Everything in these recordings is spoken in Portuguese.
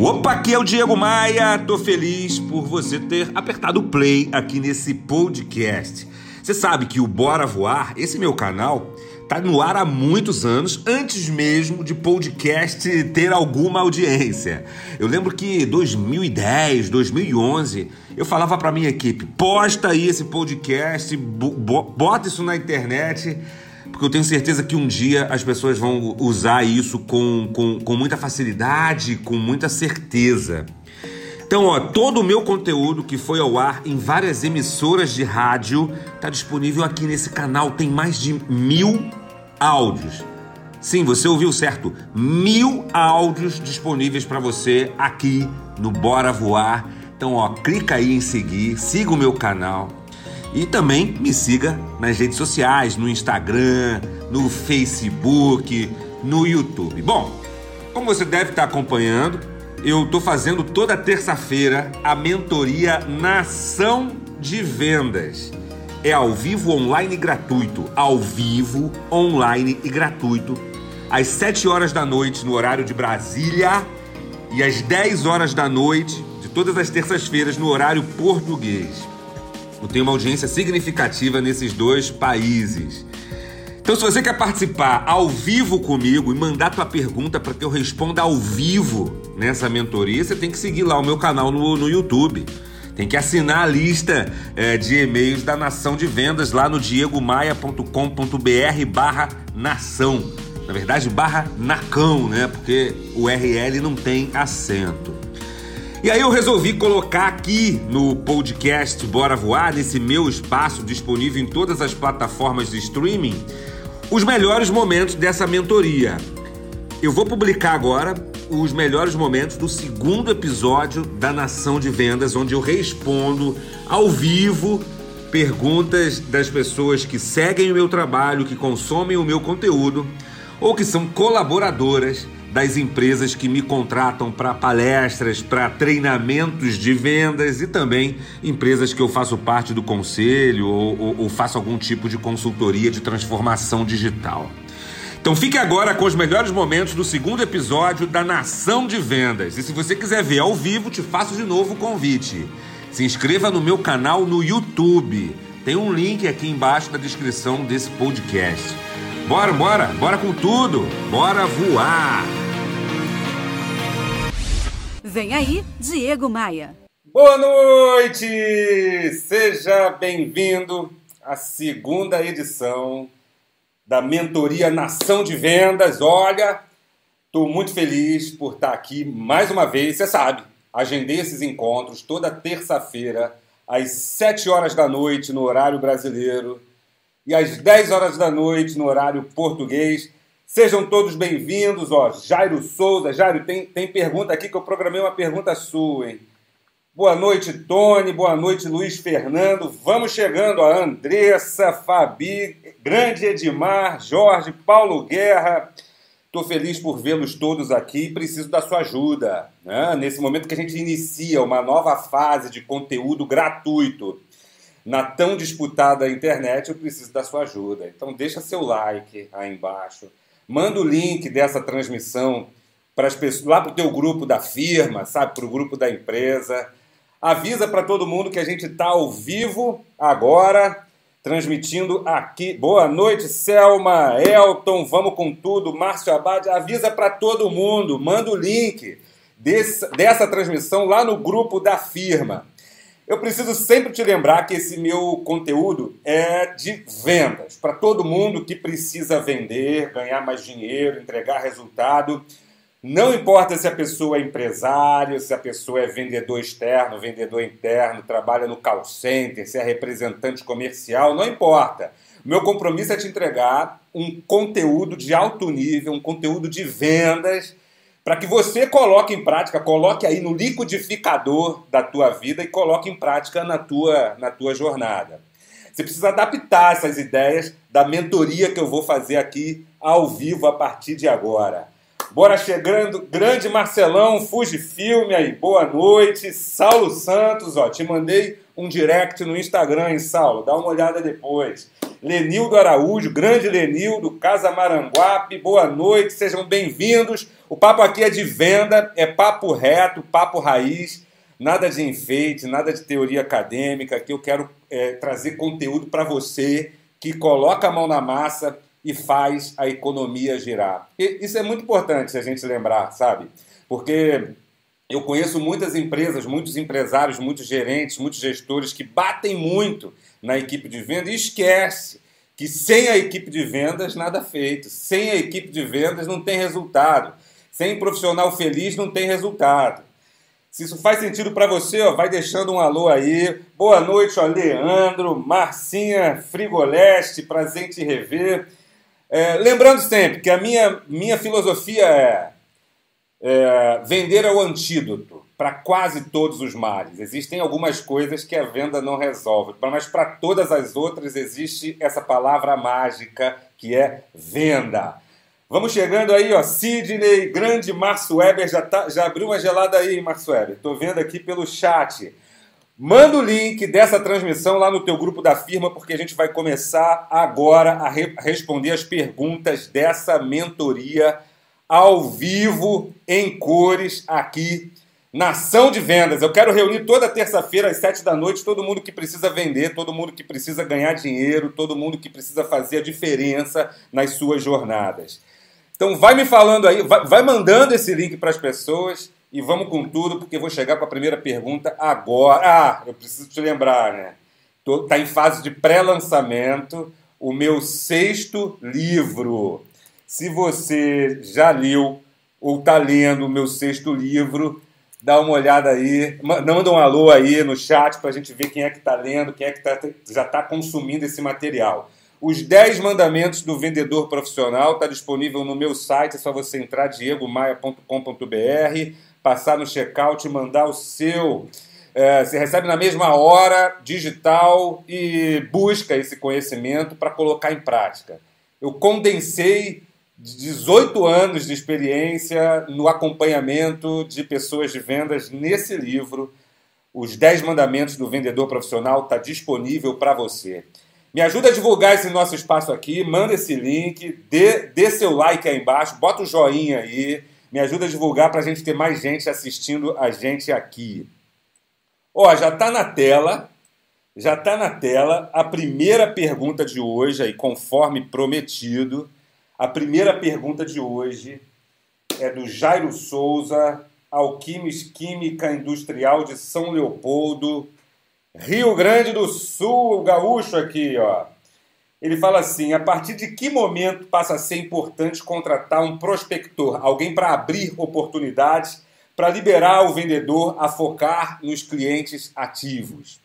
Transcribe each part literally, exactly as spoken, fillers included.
Opa, aqui é o Diego Maia, tô feliz por você ter apertado o play aqui nesse podcast. Você sabe que o Bora Voar, esse meu canal, tá no ar há muitos anos, antes mesmo de podcast ter alguma audiência. Eu lembro que em dois mil e dez, dois mil e onze, eu falava pra minha equipe, posta aí esse podcast, bota isso na internet, porque eu tenho certeza que um dia as pessoas vão usar isso com, com, com muita facilidade, com muita certeza. Então, ó, todo o meu conteúdo que foi ao ar em várias emissoras de rádio está disponível aqui nesse canal. Tem mais de mil áudios. Sim, você ouviu certo. Mil áudios disponíveis para você aqui no Bora Voar. Então, ó, clica aí em seguir, siga o meu canal. E também me siga nas redes sociais, no Instagram, no Facebook, no YouTube. Bom, como você deve estar acompanhando, eu estou fazendo toda terça-feira a mentoria Nação de Vendas. É ao vivo, online e gratuito. Ao vivo, online e gratuito. Às sete horas da noite no horário de Brasília e às dez horas da noite de todas as terças-feiras no horário português. Eu tenho uma audiência significativa nesses dois países. Então, se você quer participar ao vivo comigo e mandar tua pergunta para que eu responda ao vivo nessa mentoria, você tem que seguir lá o meu canal no, no YouTube. Tem que assinar a lista é, de e-mails da Nação de Vendas lá no diegomaia.com.br barra nação. Na verdade, barra nacão, né? Porque o R L não tem acento. E aí eu resolvi colocar aqui no podcast Bora Voar, nesse meu espaço disponível em todas as plataformas de streaming, os melhores momentos dessa mentoria. Eu vou publicar agora os melhores momentos do segundo episódio da Nação de Vendas, onde eu respondo ao vivo perguntas das pessoas que seguem o meu trabalho, que consomem o meu conteúdo ou que são colaboradoras das empresas que me contratam para palestras, para treinamentos de vendas e também empresas que eu faço parte do conselho ou, ou, ou faço algum tipo de consultoria de transformação digital. Então fique agora com os melhores momentos do segundo episódio da Nação de Vendas. E se você quiser ver ao vivo, te faço de novo o convite. Se inscreva no meu canal no YouTube. Tem um link aqui embaixo na descrição desse podcast. Bora, bora, bora com tudo. Bora voar. Vem aí, Diego Maia. Boa noite! Seja bem-vindo à segunda edição da mentoria Nação de Vendas. Olha, estou muito feliz por estar aqui mais uma vez. Você sabe, agendei esses encontros toda terça-feira, às sete horas da noite no horário brasileiro e às dez horas da noite no horário português. Sejam todos bem-vindos, ó, Jairo Souza. Jairo, tem, tem pergunta aqui que eu programei uma pergunta sua, hein? Boa noite, Tony. Boa noite, Luiz Fernando. Vamos chegando, a Andressa, Fabi, grande Edmar, Jorge, Paulo Guerra. Estou feliz por vê-los todos aqui e preciso da sua ajuda, né? Nesse momento que a gente inicia uma nova fase de conteúdo gratuito na tão disputada internet, eu preciso da sua ajuda. Então deixa seu like aí embaixo. Manda o link dessa transmissão para as pessoas, lá para o teu grupo da firma, sabe? Para o grupo da empresa. Avisa para todo mundo que a gente está ao vivo agora, transmitindo aqui. Boa noite, Selma, Elton, vamos com tudo. Márcio Abad, avisa para todo mundo. Manda o link desse, dessa transmissão lá no grupo da firma. Eu preciso sempre te lembrar que esse meu conteúdo é de vendas, para todo mundo que precisa vender, ganhar mais dinheiro, entregar resultado. Não importa se a pessoa é empresário, se a pessoa é vendedor externo, vendedor interno, trabalha no call center, se é representante comercial, não importa. O meu compromisso é te entregar um conteúdo de alto nível, um conteúdo de vendas, para que você coloque em prática, coloque aí no liquidificador da tua vida e coloque em prática na tua, na tua jornada. Você precisa adaptar essas ideias da mentoria que eu vou fazer aqui ao vivo a partir de agora. Bora chegando, grande Marcelão, Fujifilme aí, boa noite. Saulo Santos, ó, te mandei um direct no Instagram, hein, Saulo? Dá uma olhada depois. Lenildo Araújo, grande Lenildo, Casa Maranguape, boa noite, sejam bem-vindos. O papo aqui é de venda, é papo reto, papo raiz, nada de enfeite, nada de teoria acadêmica. Aqui eu quero é, trazer conteúdo para você que coloca a mão na massa e faz a economia girar. E isso é muito importante a gente lembrar, sabe? Porque eu conheço muitas empresas, muitos empresários, muitos gerentes, muitos gestores que batem muito na equipe de venda e esquece que sem a equipe de vendas nada feito. Sem a equipe de vendas não tem resultado. Sem profissional feliz não tem resultado. Se isso faz sentido para você, ó, vai deixando um alô aí. Boa noite, ó, Leandro, Marcinha Frigoleste, prazer em te rever. É, lembrando sempre que a minha, minha filosofia é, é vender é o antídoto para quase todos os males. Existem algumas coisas que a venda não resolve, mas para todas as outras existe essa palavra mágica que é venda. Vamos chegando aí, ó, Sidney, grande Márcio Weber, já, tá, já abriu uma gelada aí, Márcio Weber, estou vendo aqui pelo chat. Manda o link dessa transmissão lá no teu grupo da firma, porque a gente vai começar agora a, re- a responder as perguntas dessa mentoria ao vivo, em cores, aqui na Ação de Vendas. Eu quero reunir toda terça-feira às sete da noite todo mundo que precisa vender, todo mundo que precisa ganhar dinheiro, todo mundo que precisa fazer a diferença nas suas jornadas. Então vai me falando aí, vai, vai mandando esse link para as pessoas e vamos com tudo, porque eu vou chegar com a primeira pergunta agora. Ah, eu preciso te lembrar, né? Está em fase de pré-lançamento o meu sexto livro. Se você já leu ou está lendo o meu sexto livro, dá uma olhada aí, manda um alô aí no chat para a gente ver quem é que está lendo, quem é que tá, já está consumindo esse material. Os dez mandamentos do vendedor profissional está disponível no meu site, é só você entrar, diego maia ponto com ponto b r, passar no checkout e mandar o seu. É, você recebe na mesma hora, digital, e busca esse conhecimento para colocar em prática. Eu condensei dezoito anos de experiência no acompanhamento de pessoas de vendas nesse livro. Os dez mandamentos do vendedor profissional está disponível para você. Me ajuda a divulgar esse nosso espaço aqui, manda esse link, dê, dê seu like aí embaixo, bota o joinha aí, me ajuda a divulgar para a gente ter mais gente assistindo a gente aqui. Ó, já está na tela, já está na tela a primeira pergunta de hoje, aí, conforme prometido. A primeira pergunta de hoje é do Jairo Souza, Alquimes Química Industrial de São Leopoldo, Rio Grande do Sul, o gaúcho aqui, ó. Ele fala assim: a partir de que momento passa a ser importante contratar um prospector, alguém para abrir oportunidades, para liberar o vendedor a focar nos clientes ativos?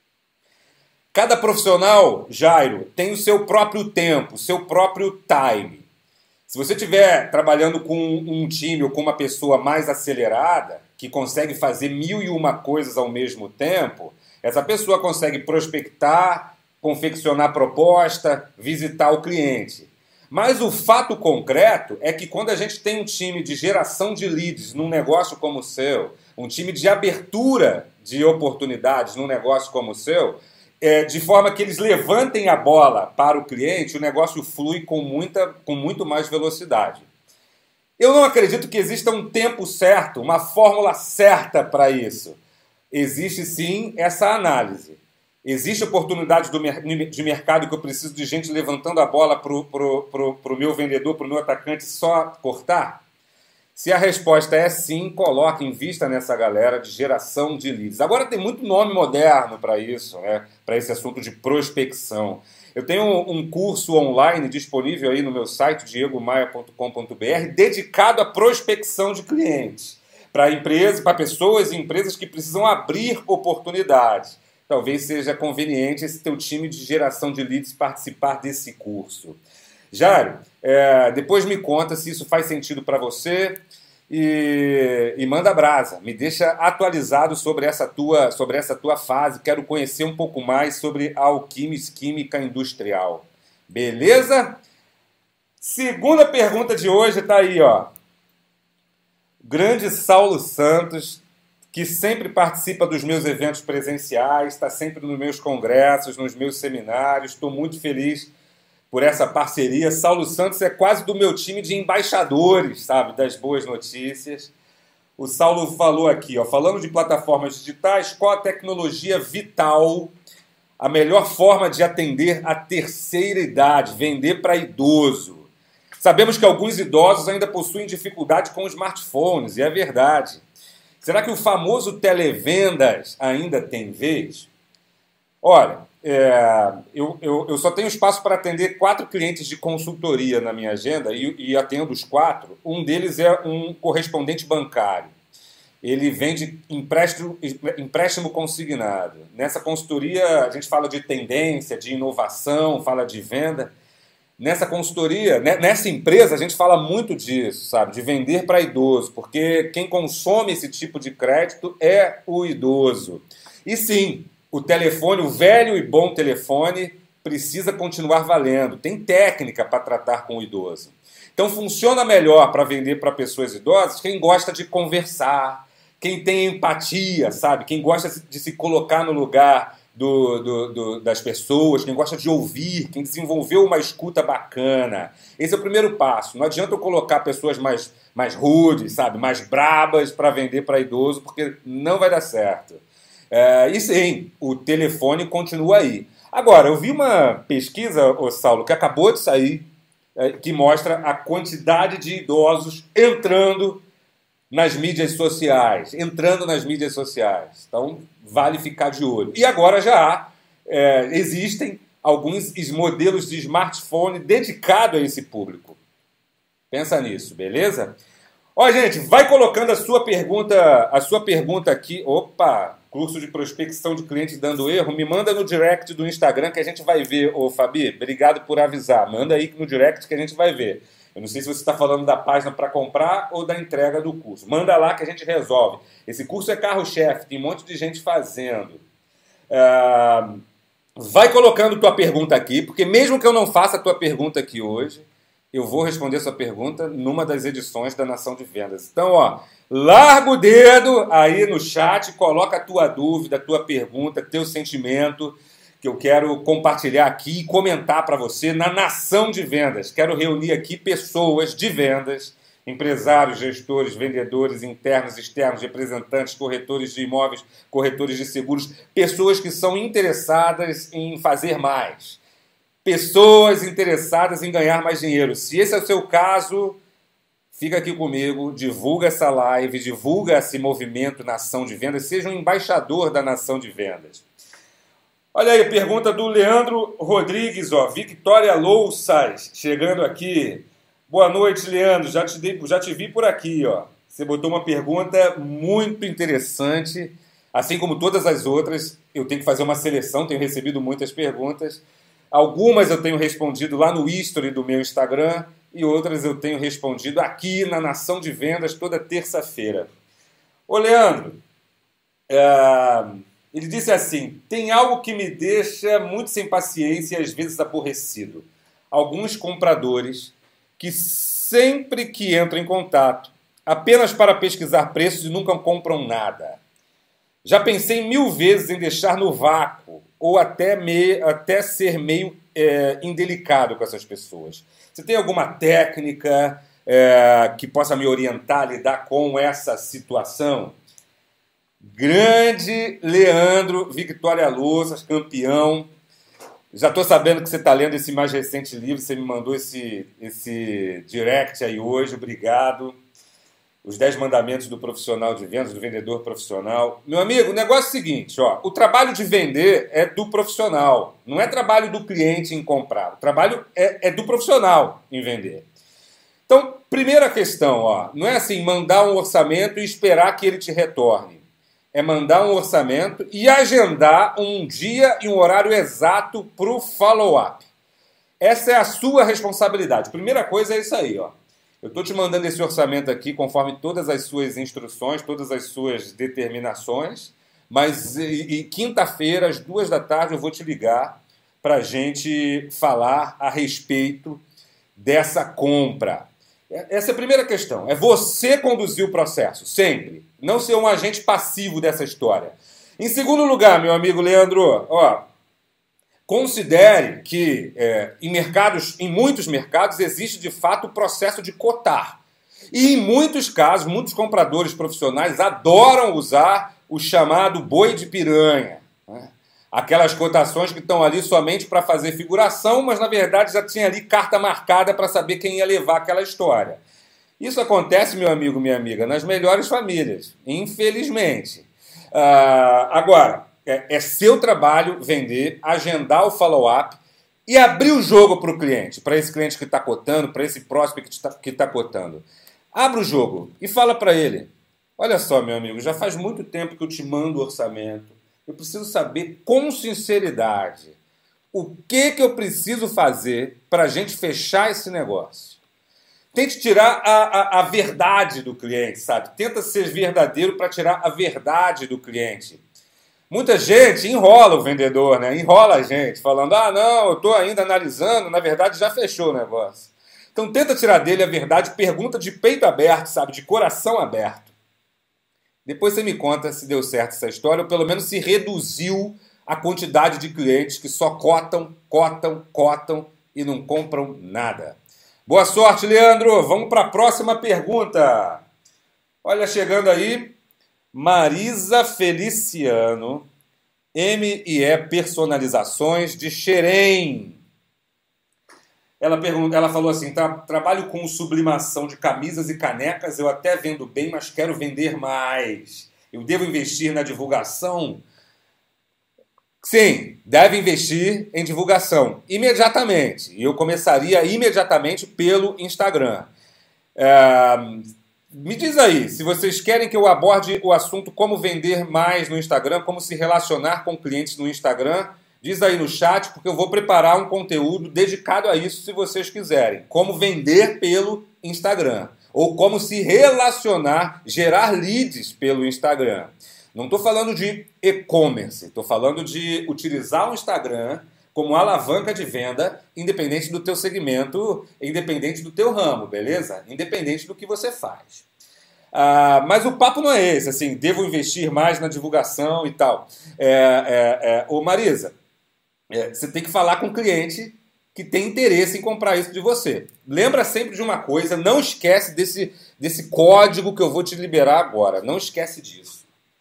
Cada profissional, Jairo, tem o seu próprio tempo, o seu próprio time. Se você estiver trabalhando com um time ou com uma pessoa mais acelerada, que consegue fazer mil e uma coisas ao mesmo tempo, essa pessoa consegue prospectar, confeccionar proposta, visitar o cliente. Mas o fato concreto é que quando a gente tem um time de geração de leads num negócio como o seu, um time de abertura de oportunidades num negócio como o seu, é, de forma que eles levantem a bola para o cliente, o negócio flui com, muita, com muito mais velocidade. Eu não acredito que exista um tempo certo, uma fórmula certa para isso. Existe sim essa análise. Existe oportunidade do, de mercado que eu preciso de gente levantando a bola para o meu vendedor, para o meu atacante só cortar? Se a resposta é sim, coloque, invista nessa galera de geração de leads. Agora tem muito nome moderno para isso, né? Para esse assunto de prospecção. Eu tenho um curso online disponível aí no meu site, diego maia ponto com ponto b r, dedicado à prospecção de clientes. Para empresas, para pessoas e empresas que precisam abrir oportunidades. Talvez seja conveniente esse teu time de geração de leads participar desse curso. Jairo, é, depois me conta se isso faz sentido para você e, e manda brasa. Me deixa atualizado sobre essa, tua, sobre essa tua fase. Quero conhecer um pouco mais sobre a Alquimes Química Industrial. Beleza? Segunda pergunta de hoje está aí, ó. Grande Saulo Santos, que sempre participa dos meus eventos presenciais, está sempre nos meus congressos, nos meus seminários. Estou muito feliz por essa parceria. Saulo Santos é quase do meu time de embaixadores, sabe, das boas notícias. O Saulo falou aqui, ó, falando de plataformas digitais, qual a tecnologia vital, a melhor forma de atender a terceira idade, vender para idoso? Sabemos que alguns idosos ainda possuem dificuldade com smartphones, e é verdade. Será que o famoso televendas ainda tem vez? Olha, é, eu, eu, eu só tenho espaço para atender quatro clientes de consultoria na minha agenda e, e atendo os quatro. Um deles é um correspondente bancário. Ele vende empréstimo, empréstimo consignado. Nessa consultoria a gente fala de tendência, de inovação, fala de venda. Nessa consultoria, nessa empresa, a gente fala muito disso, sabe? De vender para idoso, porque quem consome esse tipo de crédito é o idoso. E sim, o telefone, o velho e bom telefone, precisa continuar valendo. Tem técnica para tratar com o idoso. Então funciona melhor para vender para pessoas idosas quem gosta de conversar, quem tem empatia, sabe? Quem gosta de se colocar no lugar Do, do, do, das pessoas, quem gosta de ouvir, quem desenvolveu uma escuta bacana. Esse é o primeiro passo. Não adianta eu colocar pessoas mais, mais rudes, sabe, mais brabas para vender para idoso, porque não vai dar certo. É, e sim, o telefone continua aí. Agora, eu vi uma pesquisa, ô Saulo, que acabou de sair, é, que mostra a quantidade de idosos entrando nas mídias sociais, entrando nas mídias sociais. Então, vale ficar de olho. E agora já há, é, existem alguns modelos de smartphone dedicados a esse público. Pensa nisso, beleza? Ó, gente, vai colocando a sua pergunta, a sua pergunta aqui. Opa, curso de prospecção de clientes dando erro. Me manda no direct do Instagram que a gente vai ver. Ô, Fabi, obrigado por avisar. Manda aí no direct que a gente vai ver. Eu não sei se você está falando da página para comprar ou da entrega do curso. Manda lá que a gente resolve. Esse curso é carro-chefe, tem um monte de gente fazendo. Uh, vai colocando tua pergunta aqui, porque mesmo que eu não faça a tua pergunta aqui hoje, eu vou responder a sua pergunta numa das edições da Nação de Vendas. Então, ó, larga o dedo aí no chat, coloca a tua dúvida, a tua pergunta, teu sentimento, que eu quero compartilhar aqui e comentar para você na Nação de Vendas. Quero reunir aqui pessoas de vendas, empresários, gestores, vendedores, internos, externos, representantes, corretores de imóveis, corretores de seguros, pessoas que são interessadas em fazer mais, pessoas interessadas em ganhar mais dinheiro. Se esse é o seu caso, fica aqui comigo, divulga essa live, divulga esse movimento Nação de Vendas, seja um embaixador da Nação de Vendas. Olha aí, pergunta do Leandro Rodrigues, ó, Victoria Louças, chegando aqui. Boa noite, Leandro, já te, dei, já te vi por aqui, ó. Você botou uma pergunta muito interessante, assim como todas as outras. Eu tenho que fazer uma seleção, tenho recebido muitas perguntas. Algumas eu tenho respondido lá no history do meu Instagram e outras eu tenho respondido aqui na Nação de Vendas toda terça-feira. Ô, Leandro, é... ele disse assim, tem algo que me deixa muito sem paciência e às vezes aborrecido. Alguns compradores que sempre que entram em contato, apenas para pesquisar preços e nunca compram nada. Já pensei mil vezes em deixar no vácuo ou até, me, até ser meio é, indelicado com essas pessoas. Você tem alguma técnica é, que possa me orientar a lidar com essa situação? Grande Leandro Victoria Louças, campeão. Já estou sabendo que você está lendo esse mais recente livro, você me mandou esse, esse direct aí hoje, obrigado. Os dez mandamentos do profissional de vendas, do vendedor profissional. Meu amigo, o negócio é o seguinte, ó, o trabalho de vender é do profissional, não é trabalho do cliente em comprar, o trabalho é, é do profissional em vender. Então, primeira questão, ó, não é assim, mandar um orçamento e esperar que ele te retorne. É mandar um orçamento e agendar um dia e um horário exato para o follow-up. Essa é a sua responsabilidade. Primeira coisa é isso aí, ó. Eu estou te mandando esse orçamento aqui conforme todas as suas instruções, todas as suas determinações, mas e, e quinta-feira, às duas da tarde, eu vou te ligar para a gente falar a respeito dessa compra. Essa é a primeira questão. É você conduzir o processo, sempre. Não ser um agente passivo dessa história. Em segundo lugar, meu amigo Leandro, ó, Considere que é, em, mercados, em muitos mercados existe de fato o processo de cotar. E em muitos casos, muitos compradores profissionais adoram usar o chamado boi de piranha. Né? Aquelas cotações que estão ali somente para fazer figuração, mas na verdade já tinha ali carta marcada para saber quem ia levar aquela história. Isso acontece, meu amigo, minha amiga, nas melhores famílias, infelizmente. Uh, agora, é, é seu trabalho vender, agendar o follow-up e abrir o jogo para o cliente, para esse cliente que está cotando, para esse prospect que está que tá cotando. Abra o jogo e fala para ele, olha só, meu amigo, já faz muito tempo que eu te mando o orçamento, eu preciso saber com sinceridade o que, que eu preciso fazer para a gente fechar esse negócio. Tente tirar a, a, a verdade do cliente, sabe? Tenta ser verdadeiro para tirar a verdade do cliente. Muita gente enrola o vendedor, né? Enrola a gente, falando, ah, não, eu estou ainda analisando, na verdade já fechou o negócio. Então tenta tirar dele a verdade, pergunta de peito aberto, sabe? De coração aberto. Depois você me conta se deu certo essa história, ou pelo menos se reduziu a quantidade de clientes que só cotam, cotam, cotam e não compram nada. Boa sorte, Leandro. Vamos para a próxima pergunta. Olha, chegando aí, Marisa Feliciano, M e E Personalizações de Xerém. Ela, pergunta, ela falou assim, Tra, trabalho com sublimação de camisas e canecas, eu até vendo bem, mas quero vender mais. Eu devo investir na divulgação? Sim, deve investir em divulgação, imediatamente. E eu começaria imediatamente pelo Instagram. É, me diz aí, se vocês querem que eu aborde o assunto como vender mais no Instagram, como se relacionar com clientes no Instagram, diz aí no chat, porque eu vou preparar um conteúdo dedicado a isso, se vocês quiserem. Como vender pelo Instagram. Ou como se relacionar, gerar leads pelo Instagram. Não estou falando de e-commerce, estou falando de utilizar o Instagram como alavanca de venda, independente do teu segmento, independente do teu ramo, beleza? Independente do que você faz. Ah, mas o papo não é esse, assim, devo investir mais na divulgação e tal. É, é, é, ô Marisa, É, você tem que falar com o cliente que tem interesse em comprar isso de você. Lembra sempre de uma coisa, não esquece desse, desse código que eu vou te liberar agora. Não esquece disso.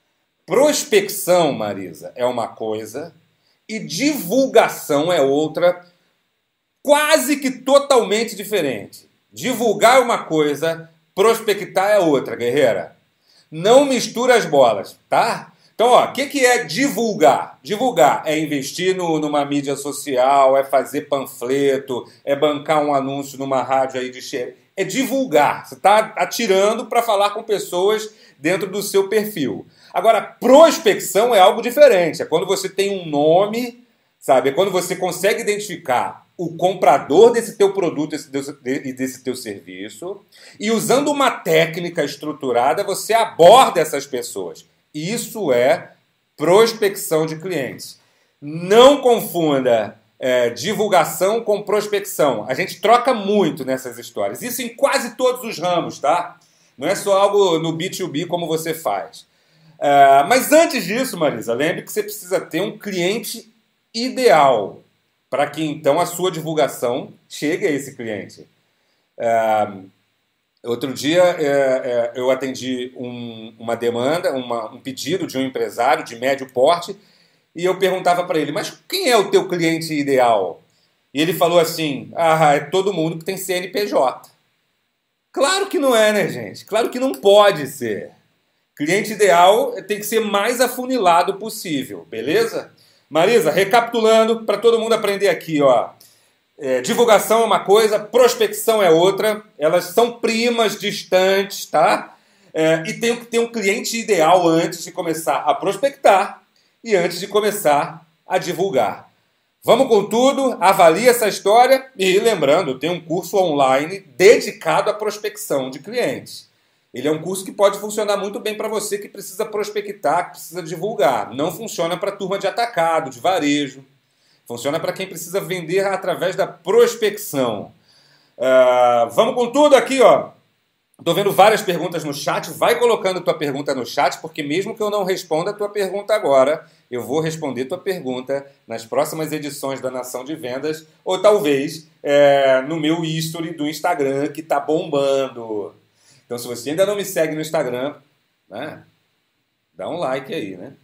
Prospecção, Marisa, é uma coisa e divulgação é outra, quase que totalmente diferente. Divulgar é uma coisa, prospectar é outra, guerreira. Não mistura as bolas, tá? Então, ó, o que, que é divulgar? Divulgar é investir no, numa mídia social, é fazer panfleto, é bancar um anúncio numa rádio aí de share. É divulgar. Você está atirando para falar com pessoas dentro do seu perfil. Agora, prospecção é algo diferente. É quando você tem um nome, sabe? É quando você consegue identificar o comprador desse teu produto e desse teu serviço e usando uma técnica estruturada, você aborda essas pessoas. Isso é prospecção de clientes. Não confunda é, divulgação com prospecção. A gente troca muito nessas histórias. Isso em quase todos os ramos, tá? Não é só algo no B dois B como você faz. É, mas antes disso, Marisa, lembre que você precisa ter um cliente ideal para que então a sua divulgação chegue a esse cliente. É, Outro dia é, é, eu atendi um, uma demanda, uma, um pedido de um empresário de médio porte e eu perguntava para ele, mas quem é o teu cliente ideal? E ele falou assim, ah, é todo mundo que tem C N P J. Claro que não é, né, gente? Claro que não pode ser. Cliente ideal tem que ser mais afunilado possível, beleza? Marisa, recapitulando, para todo mundo aprender aqui, ó. É, divulgação é uma coisa, prospecção é outra, elas são primas distantes, tá? É, e tem que ter um cliente ideal antes de começar a prospectar e antes de começar a divulgar. Vamos com tudo, avalie essa história e lembrando, tem um curso online dedicado à prospecção de clientes. Ele é um curso que pode funcionar muito bem para você que precisa prospectar, que precisa divulgar. Não funciona para turma de atacado, de varejo. Funciona para quem precisa vender através da prospecção. Uh, vamos com tudo aqui, ó. Estou vendo várias perguntas no chat. Vai colocando tua pergunta no chat, porque mesmo que eu não responda a tua pergunta agora, eu vou responder tua pergunta nas próximas edições da Nação de Vendas, ou talvez é, no meu history do Instagram, que tá bombando. Então, se você ainda não me segue no Instagram, né, dá um like aí, né?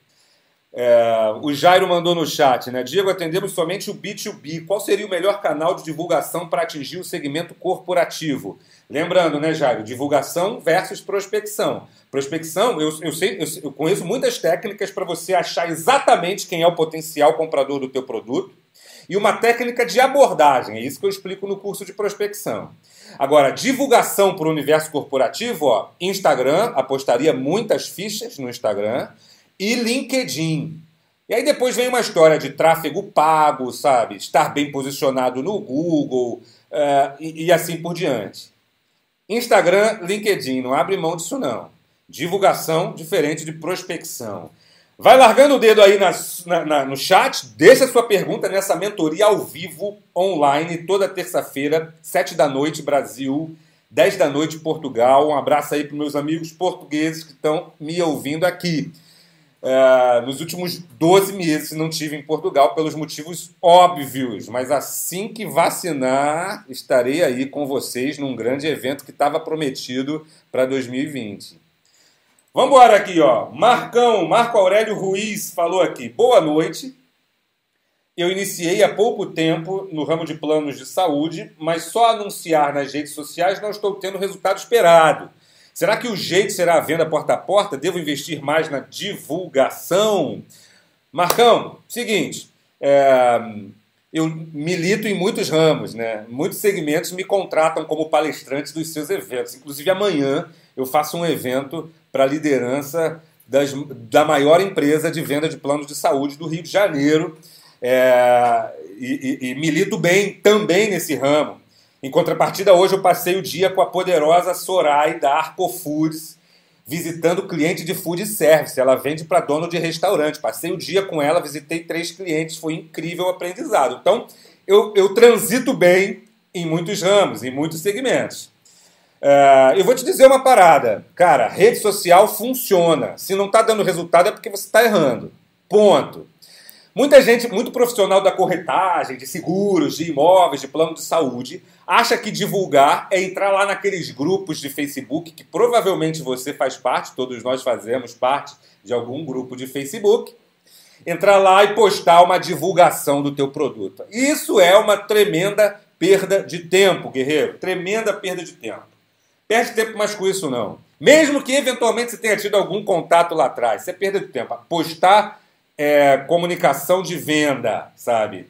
É, o Jairo mandou no chat, né? Diego, atendemos somente o B dois B. Qual seria o melhor canal de divulgação para atingir o segmento corporativo? Lembrando, né, Jairo? Divulgação versus prospecção. Prospecção, eu, eu, sei, eu, eu conheço muitas técnicas para você achar exatamente quem é o potencial comprador do teu produto e uma técnica de abordagem. É isso que eu explico no curso de prospecção. Agora, divulgação para o universo corporativo, ó, Instagram, apostaria muitas fichas no Instagram, e LinkedIn. E aí depois vem uma história de tráfego pago, sabe? Estar bem posicionado no Google uh, e, e assim por diante. Instagram, LinkedIn, não abre mão disso não. Divulgação diferente de prospecção. Vai largando o dedo aí na, na, na, no chat, deixa sua pergunta nessa mentoria ao vivo, online, toda terça-feira, sete da noite, Brasil, dez da noite, Portugal. Um abraço aí para meus amigos portugueses que estão me ouvindo aqui. Uh, nos últimos doze meses não tive em Portugal pelos motivos óbvios, mas assim que vacinar, estarei aí com vocês num grande evento que estava prometido para dois mil e vinte. Vamos embora aqui, ó. Marcão, Marco Aurélio Ruiz falou aqui. Boa noite. Eu iniciei há pouco tempo no ramo de planos de saúde, mas só anunciar nas redes sociais não estou tendo o resultado esperado. Será que o jeito será a venda porta a porta? Devo investir mais na divulgação? Marcão, seguinte, é, eu milito em muitos ramos, né? Muitos segmentos me contratam como palestrante dos seus eventos. Inclusive amanhã eu faço um evento para a liderança das, da maior empresa de venda de planos de saúde do Rio de Janeiro. É, e, e, e milito bem também nesse ramo. Em contrapartida, hoje eu passei o dia com a poderosa Sorai da Arco Foods, visitando cliente de food service. Ela vende para dono de restaurante. Passei o dia com ela, visitei três clientes. Foi incrível o aprendizado. Então, eu, eu transito bem em muitos ramos, em muitos segmentos. Uh, eu vou te dizer uma parada. Cara, rede social funciona. Se não está dando resultado é porque você está errando. Ponto. Muita gente, muito profissional da corretagem, de seguros, de imóveis, de plano de saúde, acha que divulgar é entrar lá naqueles grupos de Facebook, que provavelmente você faz parte, todos nós fazemos parte de algum grupo de Facebook, entrar lá e postar uma divulgação do teu produto. Isso é uma tremenda perda de tempo, guerreiro. Tremenda perda de tempo. Perde tempo mais com isso não. Mesmo que eventualmente você tenha tido algum contato lá atrás, você é perda de tempo. Postar É, comunicação de venda, sabe?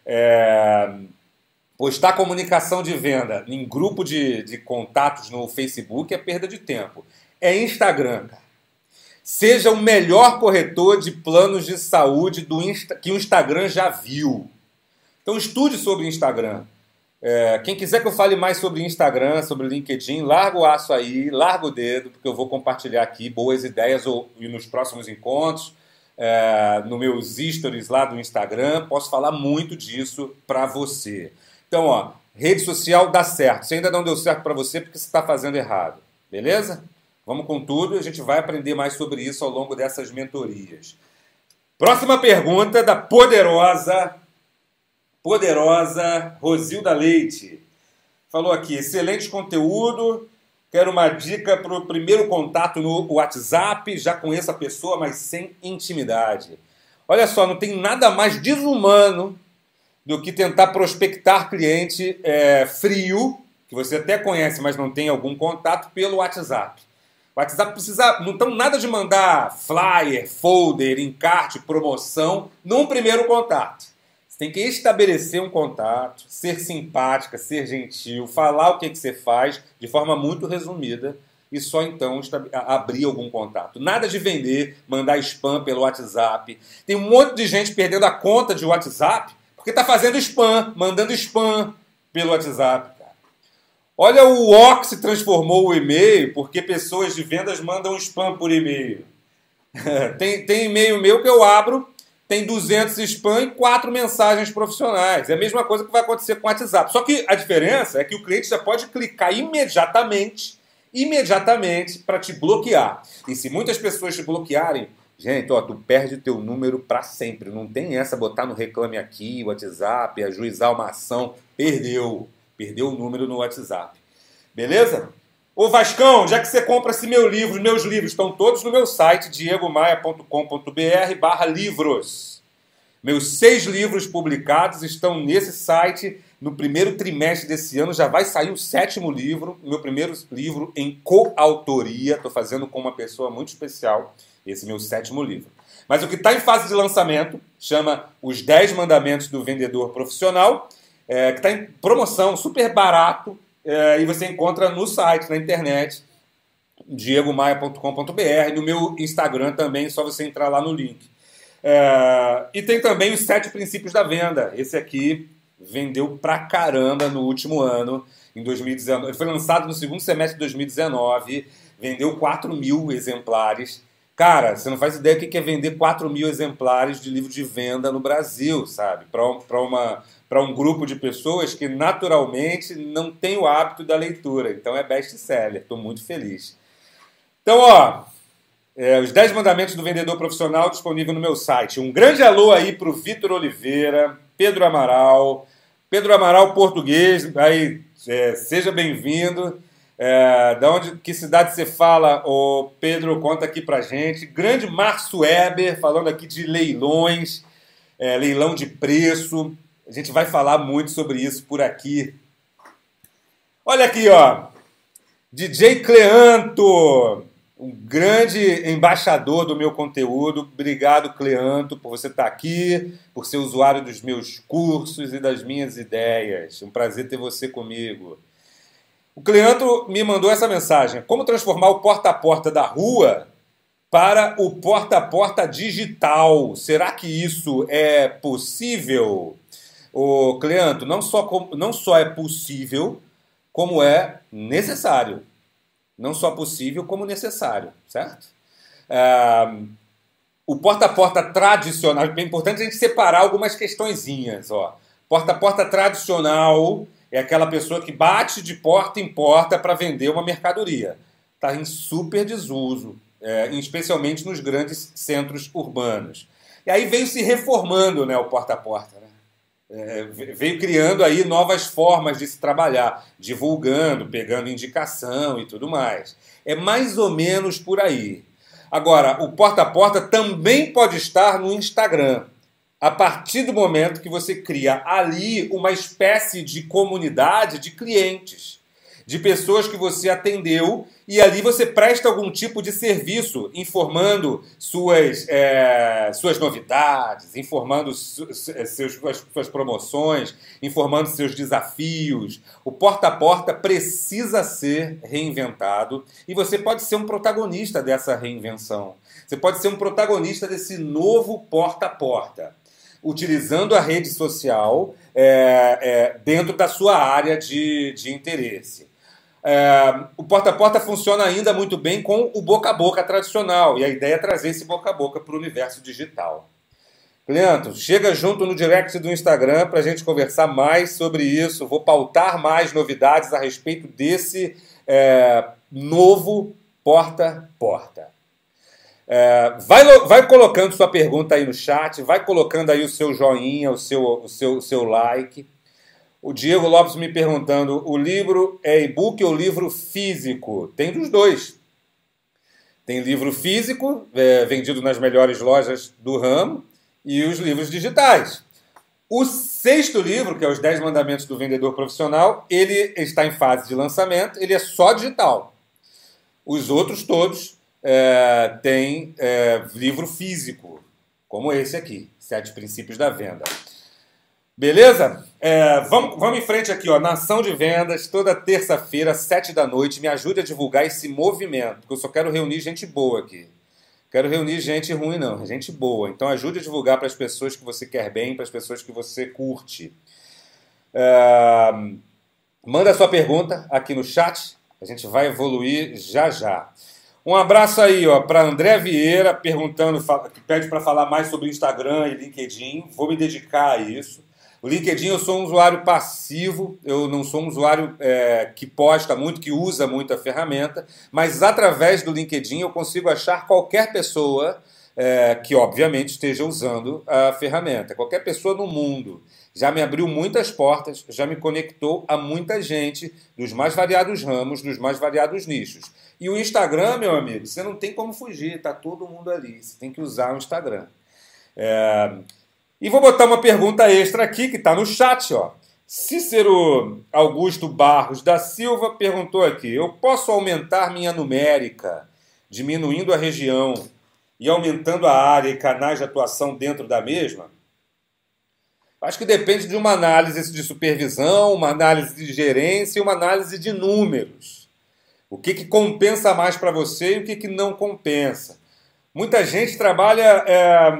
É, postar comunicação de venda em grupo de, de contatos no Facebook é perda de tempo. É Instagram, cara. Seja o melhor corretor de planos de saúde do Insta, que o Instagram já viu. Então estude sobre o Instagram. É, quem quiser que eu fale mais sobre Instagram, sobre LinkedIn, larga o aço aí, larga o dedo, porque eu vou compartilhar aqui boas ideias ou, e nos próximos encontros. É, no meus stories lá do Instagram, posso falar muito disso para você. Então, ó, rede social dá certo. Se ainda não deu certo para você, porque você está fazendo errado. Beleza? Vamos com tudo e a gente vai aprender mais sobre isso ao longo dessas mentorias. Próxima pergunta da poderosa, poderosa Rosilda Leite. Falou aqui, excelente conteúdo. Quero uma dica para o primeiro contato no WhatsApp. Já conheço a pessoa, mas sem intimidade. Olha só, não tem nada mais desumano do que tentar prospectar cliente é, frio, que você até conhece, mas não tem algum contato, pelo WhatsApp. O WhatsApp precisa, não tem nada de mandar flyer, folder, encarte, promoção num primeiro contato. Tem que estabelecer um contato, ser simpática, ser gentil, falar o que, que você faz de forma muito resumida e só então abrir algum contato. Nada de vender, mandar spam pelo WhatsApp. Tem um monte de gente perdendo a conta de WhatsApp porque está fazendo spam, mandando spam pelo WhatsApp. Cara. Olha o O C se transformou o e-mail porque pessoas de vendas mandam spam por e-mail. tem, tem e-mail meu que eu abro, tem duzentos spam e quatro mensagens profissionais. É a mesma coisa que vai acontecer com o WhatsApp. Só que a diferença é que o cliente já pode clicar imediatamente imediatamente para te bloquear. E se muitas pessoas te bloquearem, gente, ó, tu perde teu número para sempre. Não tem essa, botar no Reclame Aqui, WhatsApp, ajuizar uma ação. Perdeu. Perdeu o número no WhatsApp. Beleza? Ô Vascão, já que você compra esse meu livro, meus livros estão todos no meu site, diego maia ponto com ponto b r barra livros. Meus seis livros publicados estão nesse site. No primeiro trimestre desse ano já vai sair o sétimo livro, meu primeiro livro em coautoria. Estou fazendo com uma pessoa muito especial, esse meu sétimo livro. Mas o que está em fase de lançamento chama Os dez Mandamentos do Vendedor Profissional, é, que está em promoção, super barato, é, e você encontra no site, na internet, diego maia ponto com ponto b r, no meu Instagram também, só você entrar lá no link. É, e tem também os sete princípios da venda. Esse aqui vendeu pra caramba no último ano, em dois mil e dezenove. Ele foi lançado no segundo semestre de dois mil e dezenove, vendeu quatro mil exemplares. Cara, você não faz ideia do que é vender quatro mil exemplares de livro de venda no Brasil, sabe? Para uma, para um grupo de pessoas que naturalmente não tem o hábito da leitura. Então é best-seller. Estou muito feliz. Então, ó, é, os dez Mandamentos do Vendedor Profissional disponível no meu site. Um grande alô aí para o Vitor Oliveira, Pedro Amaral, Pedro Amaral português, aí, é, seja bem-vindo. É, da onde, que cidade você fala, ô Pedro, conta aqui pra gente. Grande Márcio Weber, falando aqui de leilões, é, leilão de preço. A gente vai falar muito sobre isso por aqui. Olha aqui, ó, D J Cleanto, um grande embaixador do meu conteúdo. Obrigado, Cleanto, por você estar aqui, por ser usuário dos meus cursos e das minhas ideias. Um prazer ter você comigo. O Cleanto me mandou essa mensagem. Como transformar o porta-a-porta da rua para o porta-a-porta digital? Será que isso é possível? O Cleanto, não só, não só é possível, como é necessário. Não só possível, como necessário, certo? Ah, o porta-a-porta tradicional, é importante a gente separar algumas questõezinhas. Ó. Porta-a-porta tradicional é aquela pessoa que bate de porta em porta para vender uma mercadoria. Está em super desuso, é, especialmente nos grandes centros urbanos. E aí veio se reformando, né, o porta-a-porta. Né? É, veio criando aí novas formas de se trabalhar, divulgando, pegando indicação e tudo mais. É mais ou menos por aí. Agora, o porta-a-porta também pode estar no Instagram. A partir do momento que você cria ali uma espécie de comunidade de clientes, de pessoas que você atendeu, e ali você presta algum tipo de serviço, informando suas, é, suas novidades, informando su, seus, suas, suas promoções, informando seus desafios. O porta-a-porta precisa ser reinventado e você pode ser um protagonista dessa reinvenção. Você pode ser um protagonista desse novo porta-a-porta, utilizando a rede social é, é, dentro da sua área de, de interesse. É, o porta-a-porta funciona ainda muito bem com o boca a boca tradicional, e a ideia é trazer esse boca a boca para o universo digital. Cleanto, chega junto no direct do Instagram para a gente conversar mais sobre isso. Vou pautar mais novidades a respeito desse é, novo porta-a-porta. É, vai, vai colocando sua pergunta aí no chat, vai colocando aí o seu joinha, o seu, o seu, o seu like. O Diego Lopes me perguntando, o livro é e-book ou livro físico? Tem dos dois. Tem livro físico, é, vendido nas melhores lojas do ramo, e os livros digitais. O sexto livro, que é Os dez Mandamentos do Vendedor Profissional, ele está em fase de lançamento, ele é só digital. Os outros todos É, tem é, livro físico, como esse aqui, Sete Princípios da Venda. Beleza? É, vamos, vamos em frente aqui, ó, Nação de Vendas, toda terça-feira, sete da noite. Me ajude a divulgar esse movimento, porque eu só quero reunir gente boa aqui. Quero reunir gente ruim, não, gente boa. Então ajude a divulgar para as pessoas que você quer bem, para as pessoas que você curte. É, manda a sua pergunta aqui no chat, a gente vai evoluir já já. Um abraço aí, ó, para André Vieira, perguntando, que pede para falar mais sobre Instagram e LinkedIn. Vou me dedicar a isso. O LinkedIn eu sou um usuário passivo, eu não sou um usuário é, que posta muito, que usa muito a ferramenta, mas através do LinkedIn eu consigo achar qualquer pessoa é, que obviamente esteja usando a ferramenta. Qualquer pessoa no mundo. Já me abriu muitas portas, já me conectou a muita gente dos mais variados ramos, dos mais variados nichos. E o Instagram, meu amigo, você não tem como fugir, está todo mundo ali. Você tem que usar o Instagram. É... E vou botar uma pergunta extra aqui, que está no chat, ó. Cícero Augusto Barros da Silva perguntou aqui: eu posso aumentar minha numérica, diminuindo a região e aumentando a área e canais de atuação dentro da mesma? Acho que depende de uma análise de supervisão, uma análise de gerência e uma análise de números. O que, que compensa mais para você e o que, que não compensa. Muita gente trabalha... É...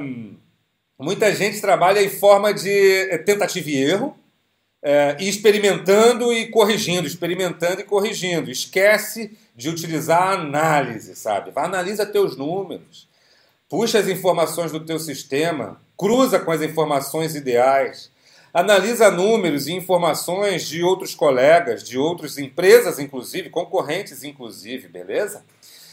Muita gente trabalha em forma de tentativa e erro, é, e experimentando e corrigindo, experimentando e corrigindo. Esquece de utilizar a análise, sabe? Vai, analisa teus números, puxa as informações do teu sistema, cruza com as informações ideais, analisa números e informações de outros colegas, de outras empresas, inclusive, concorrentes, inclusive, beleza?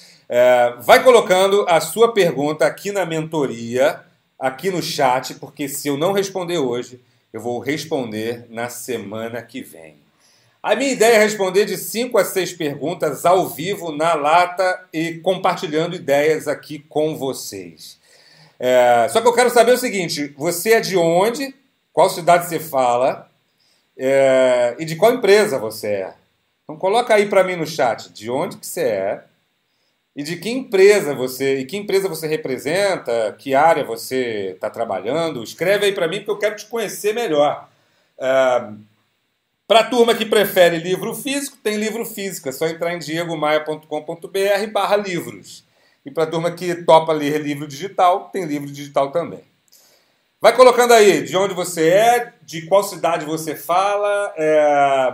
É, vai colocando a sua pergunta aqui na mentoria, aqui no chat, porque se eu não responder hoje, eu vou responder na semana que vem. A minha ideia é responder de cinco a seis perguntas ao vivo, na lata, e compartilhando ideias aqui com vocês. É, só que eu quero saber o seguinte: você é de onde, qual cidade você fala, é, e de qual empresa você é? Então coloca aí para mim no chat, de onde que você é, e de que empresa você, e que empresa você representa, que área você está trabalhando. Escreve aí para mim, porque eu quero te conhecer melhor. Uh, para a turma que prefere livro físico, tem livro físico. É só entrar em diegomaia ponto com ponto br barra livros. E para a turma que topa ler livro digital, tem livro digital também. Vai colocando aí de onde você é, de qual cidade você fala, é,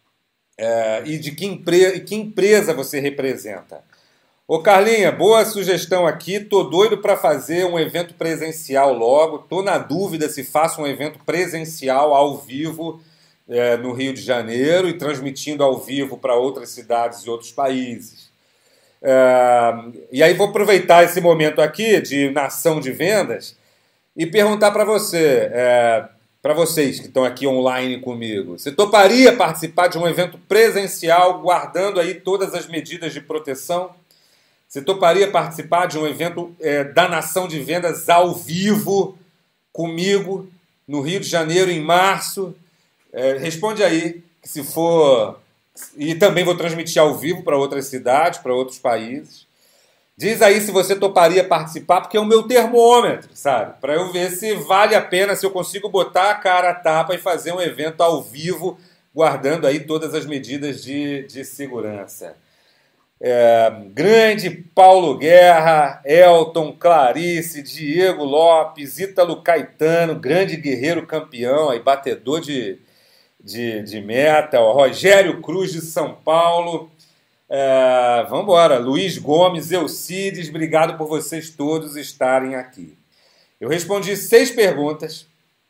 é, e de que, empre- que empresa você representa. Ô Carlinha, boa sugestão aqui, tô doido para fazer um evento presencial logo, tô na dúvida se faço um evento presencial ao vivo é, no Rio de Janeiro e transmitindo ao vivo para outras cidades e outros países. É, e aí vou aproveitar esse momento aqui de nação de vendas e perguntar para você, é, para vocês que estão aqui online comigo, você toparia participar de um evento presencial guardando aí todas as medidas de proteção? Você toparia participar de um evento é, da Nação de Vendas ao vivo comigo no Rio de Janeiro em março? É, responde aí, se for... E também vou transmitir ao vivo para outras cidades, para outros países. Diz aí se você toparia participar, porque é o meu termômetro, sabe? Para eu ver se vale a pena, se eu consigo botar a cara a tapa e fazer um evento ao vivo, guardando aí todas as medidas de, de segurança. É, grande Paulo Guerra, Elton, Clarice, Diego Lopes, Ítalo Caetano, grande guerreiro campeão, aí, batedor de, de, de meta, ó, Rogério Cruz de São Paulo, é, vamos embora, Luiz Gomes, Eucides, obrigado por vocês todos estarem aqui. Eu respondi seis perguntas,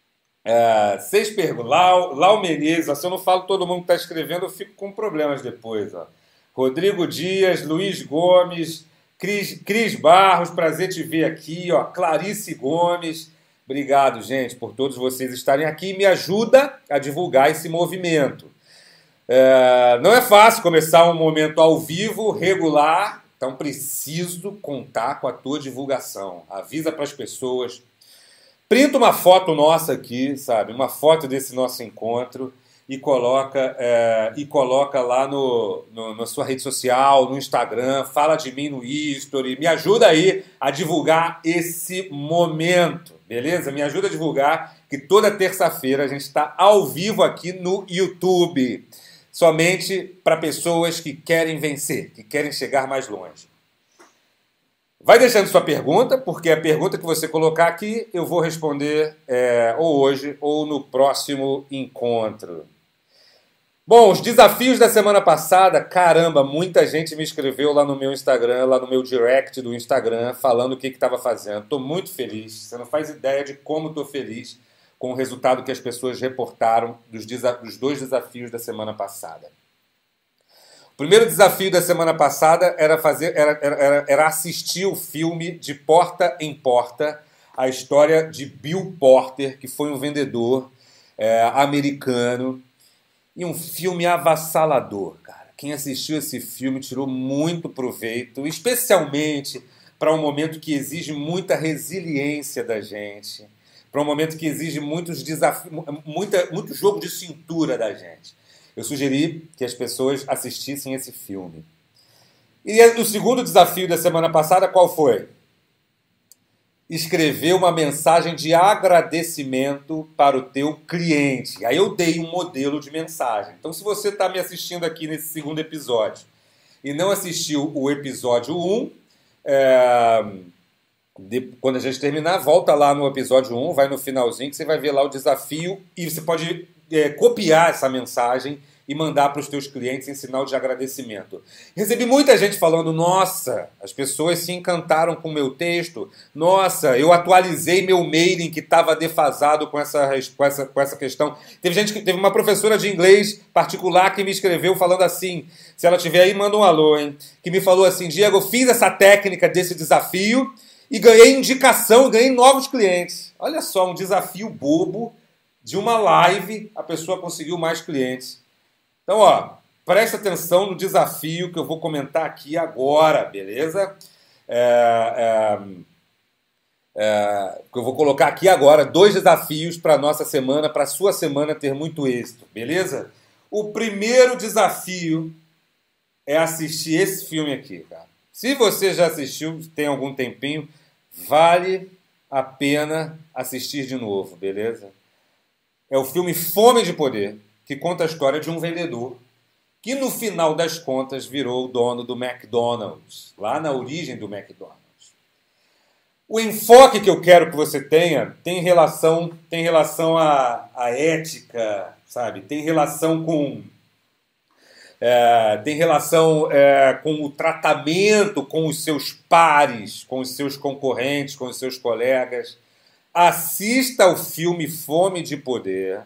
é, seis perguntas, Lau, Lau Menezes, ó, se eu não falo todo mundo que está escrevendo, eu fico com problemas depois, ó. Rodrigo Dias, Luiz Gomes, Cris, Cris Barros, prazer te ver aqui, ó, Clarice Gomes. Obrigado, gente, por todos vocês estarem aqui. Me ajuda a divulgar esse movimento. É, não é fácil começar um momento ao vivo, regular, então preciso contar com a tua divulgação. Avisa para as pessoas. Printa uma foto nossa aqui, sabe? Uma foto desse nosso encontro. E coloca, é, e coloca lá no, no, na sua rede social, no Instagram, fala de mim no History, me ajuda aí a divulgar esse momento, beleza? Me ajuda a divulgar que toda terça-feira a gente está ao vivo aqui no YouTube, somente para pessoas que querem vencer, que querem chegar mais longe. Vai deixando sua pergunta, porque a pergunta que você colocar aqui eu vou responder é, ou hoje ou no próximo encontro. Bom, os desafios da semana passada, caramba, muita gente me escreveu lá no meu Instagram, lá no meu direct do Instagram, falando o que estava fazendo. Estou muito feliz, você não faz ideia de como estou feliz com o resultado que as pessoas reportaram dos, dos dois desafios da semana passada. O primeiro desafio da semana passada era, fazer, era, era, era assistir o filme De Porta em Porta, a história de Bill Porter, que foi um vendedor é, americano, e um filme avassalador, cara. Quem assistiu esse filme tirou muito proveito, especialmente para um momento que exige muita resiliência da gente, para um momento que exige muitos desafios, muita, muito jogo de cintura da gente. Eu sugeri que as pessoas assistissem esse filme. E o segundo desafio da semana passada, qual foi? Escrever uma mensagem de agradecimento para o teu cliente. Aí eu dei um modelo de mensagem. Então, se você está me assistindo aqui nesse segundo episódio e não assistiu o episódio um, é... de... quando a gente terminar, volta lá no episódio um, vai no finalzinho que você vai ver lá o desafio e você pode é, copiar essa mensagem e mandar para os teus clientes em sinal de agradecimento. Recebi muita gente falando, nossa, as pessoas se encantaram com o meu texto, nossa, eu atualizei meu mailing que estava defasado com essa, com, essa, com essa questão. Teve gente que teve uma professora de inglês particular que me escreveu falando assim, se ela estiver aí, manda um alô, hein? Que me falou assim, Diego, eu fiz essa técnica desse desafio e ganhei indicação, ganhei novos clientes. Olha só, um desafio bobo de uma live, a pessoa conseguiu mais clientes. Então, ó, presta atenção no desafio que eu vou comentar aqui agora, beleza? É, é, é, eu vou colocar aqui agora dois desafios para a nossa semana, para a sua semana ter muito êxito, beleza? O primeiro desafio é assistir esse filme aqui, cara. Se você já assistiu, tem algum tempinho, vale a pena assistir de novo, beleza? É o filme Fome de Poder, que conta a história de um vendedor que, no final das contas, virou o dono do McDonald's, lá na origem do McDonald's. O enfoque que eu quero que você tenha tem relação, tem relação à, à ética, sabe? Tem relação com, é, tem relação é, com o tratamento com os seus pares, com os seus concorrentes, com os seus colegas. Assista o filme Fome de Poder.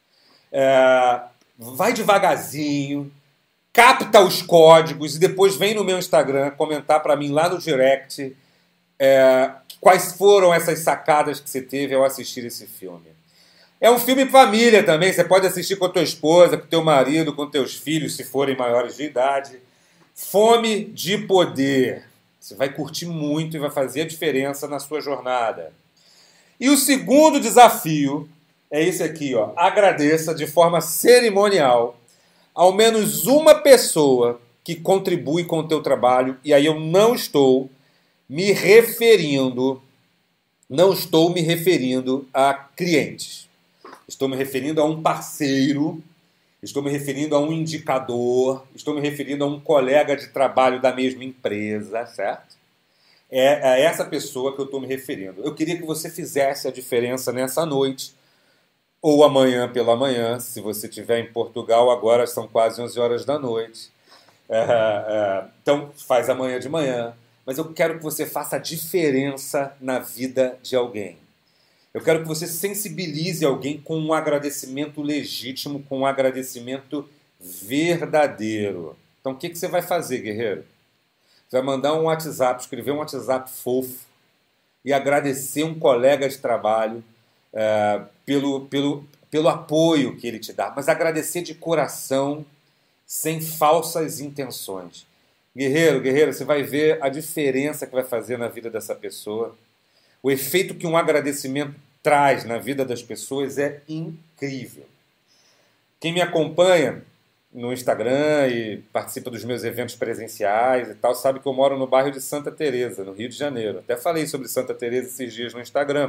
É, vai devagarzinho, capta os códigos e depois vem no meu Instagram comentar para mim lá no direct é, quais foram essas sacadas que você teve ao assistir esse filme. É um filme família também, você pode assistir com a tua esposa, com o teu marido, com teus filhos, se forem maiores de idade. Fome de Poder. Você vai curtir muito e vai fazer a diferença na sua jornada. E o segundo desafio é esse aqui, ó. Agradeça de forma cerimonial ao menos uma pessoa que contribui com o teu trabalho. E aí eu não estou me referindo, não estou me referindo a clientes. Estou me referindo a um parceiro, estou me referindo a um indicador, estou me referindo a um colega de trabalho da mesma empresa, certo? É a essa pessoa que eu estou me referindo. Eu queria que você fizesse a diferença nessa noite, ou amanhã pela manhã, se você estiver em Portugal, agora são quase onze horas da noite. É, é, então, faz amanhã de manhã. Mas eu quero que você faça a diferença na vida de alguém. Eu quero que você sensibilize alguém com um agradecimento legítimo, com um agradecimento verdadeiro. Então, o que, que você vai fazer, guerreiro? Você vai mandar um WhatsApp, escrever um WhatsApp fofo e agradecer um colega de trabalho É, pelo, pelo, pelo apoio que ele te dá, mas agradecer de coração, sem falsas intenções. Guerreiro, guerreira, você vai ver a diferença que vai fazer na vida dessa pessoa. O efeito que um agradecimento traz na vida das pessoas é incrível. Quem me acompanha no Instagram e participa dos meus eventos presenciais e tal, sabe que eu moro no bairro de Santa Teresa, no Rio de Janeiro. Até falei sobre Santa Teresa esses dias no Instagram.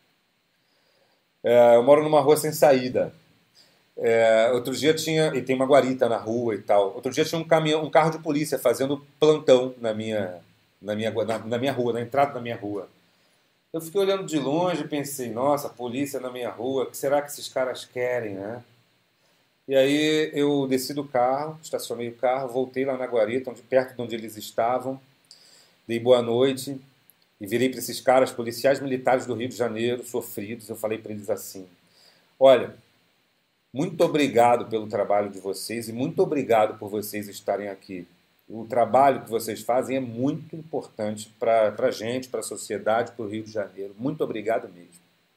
É, eu moro numa rua sem saída. É, outro dia tinha... E tem uma guarita na rua e tal. Outro dia tinha um caminhão, um carro de polícia fazendo plantão na minha, na minha, na, na minha rua, na entrada da minha rua. Eu fiquei olhando de longe e pensei, nossa, polícia na minha rua, o que será que esses caras querem, né? E aí eu desci do carro, estacionei o carro, voltei lá na guarita, onde, perto de onde eles estavam, dei boa noite... E virei para esses caras, policiais militares do Rio de Janeiro, sofridos, eu falei para eles assim, Olha, muito obrigado pelo trabalho de vocês e muito obrigado por vocês estarem aqui. O trabalho que vocês fazem é muito importante para a gente, para a sociedade, para o Rio de Janeiro. Muito obrigado mesmo.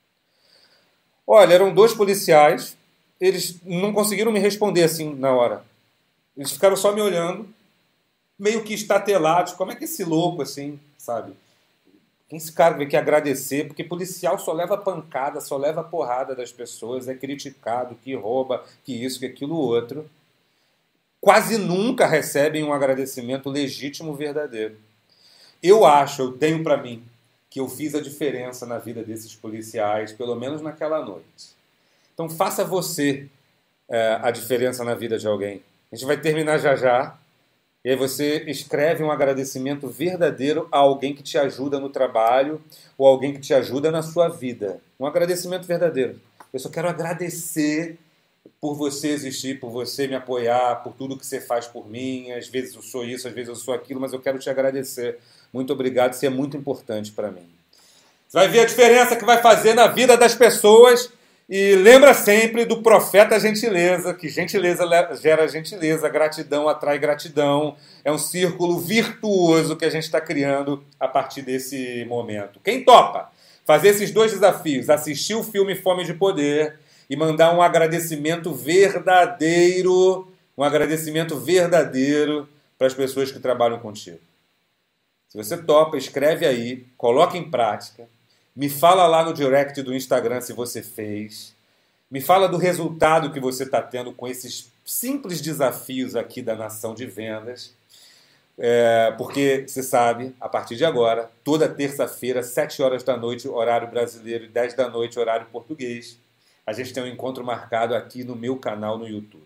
Olha, eram dois policiais, eles não conseguiram me responder assim na hora. Eles ficaram só me olhando, meio que estatelados. Como é que esse louco, assim, sabe? Quem esse cara veio aqui agradecer? Porque policial só leva pancada, só leva porrada das pessoas, é criticado, que rouba, que isso, que aquilo, outro. Quase nunca recebem um agradecimento legítimo, verdadeiro. Eu acho, eu tenho para mim, que eu fiz a diferença na vida desses policiais, pelo menos naquela noite. Então faça você é, a diferença na vida de alguém. A gente vai terminar já já, e aí você escreve um agradecimento verdadeiro a alguém que te ajuda no trabalho ou alguém que te ajuda na sua vida. Um agradecimento verdadeiro. Eu só quero agradecer por você existir, por você me apoiar, por tudo que você faz por mim. Às vezes eu sou isso, às vezes eu sou aquilo, mas eu quero te agradecer. Muito obrigado, isso é muito importante para mim. Você vai ver a diferença que vai fazer na vida das pessoas. E lembra sempre do profeta gentileza, que gentileza gera gentileza, gratidão atrai gratidão. É um círculo virtuoso que a gente está criando a partir desse momento. Quem topa fazer esses dois desafios, assistir o filme Fome de Poder e mandar um agradecimento verdadeiro, um agradecimento verdadeiro para as pessoas que trabalham contigo. Se você topa, escreve aí, coloca em prática. Me fala lá no direct do Instagram se você fez. Me fala do resultado que você está tendo com esses simples desafios aqui da Nação de Vendas. É, porque, você sabe, a partir de agora, toda terça-feira, sete horas da noite, horário brasileiro, e dez da noite, horário português, a gente tem um encontro marcado aqui no meu canal no YouTube.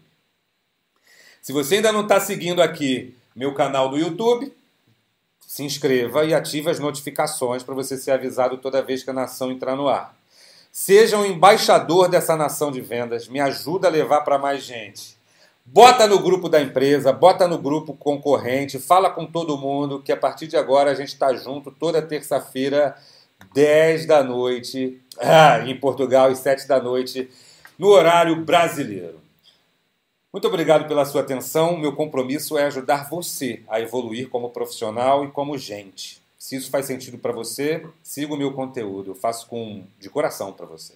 Se você ainda não está seguindo aqui meu canal do YouTube, se inscreva e ative as notificações para você ser avisado toda vez que a Nação entrar no ar. Seja um embaixador dessa Nação de Vendas, me ajuda a levar para mais gente. Bota no grupo da empresa, bota no grupo concorrente, fala com todo mundo que a partir de agora a gente está junto toda terça-feira, dez da noite, ah, em Portugal, e sete da noite, no horário brasileiro. Muito obrigado pela sua atenção. Meu compromisso é ajudar você a evoluir como profissional e como gente. Se isso faz sentido para você, siga o meu conteúdo. Eu faço com, de coração para você.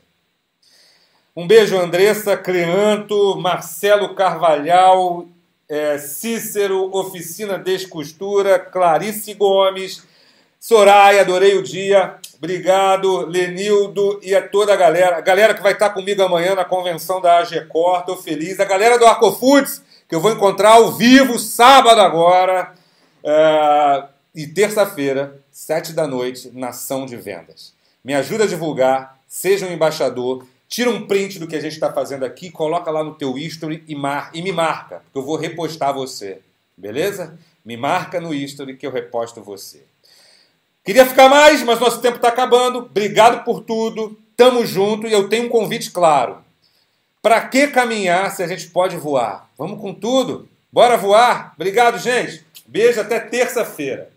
Um beijo, Andressa, Cleanto, Marcelo Carvalhal, é, Cícero, Oficina Descostura, Clarice Gomes, Soraya, adorei o dia. Obrigado, Lenildo e a toda a galera. A galera que vai estar comigo amanhã na convenção da A G Cor, estou feliz. A galera do Arcofoods, que eu vou encontrar ao vivo, sábado agora. É, e terça-feira, sete da noite, Nação de Vendas. Me ajuda a divulgar, seja um embaixador, tira um print do que a gente está fazendo aqui, coloca lá no teu history e, mar, e me marca, porque eu vou repostar você. Beleza? Me marca no history que eu reposto você. Queria ficar mais, mas nosso tempo está acabando. Obrigado por tudo. Tamo junto e eu tenho um convite claro. Para que caminhar se a gente pode voar? Vamos com tudo? Bora voar? Obrigado, gente. Beijo, até terça-feira.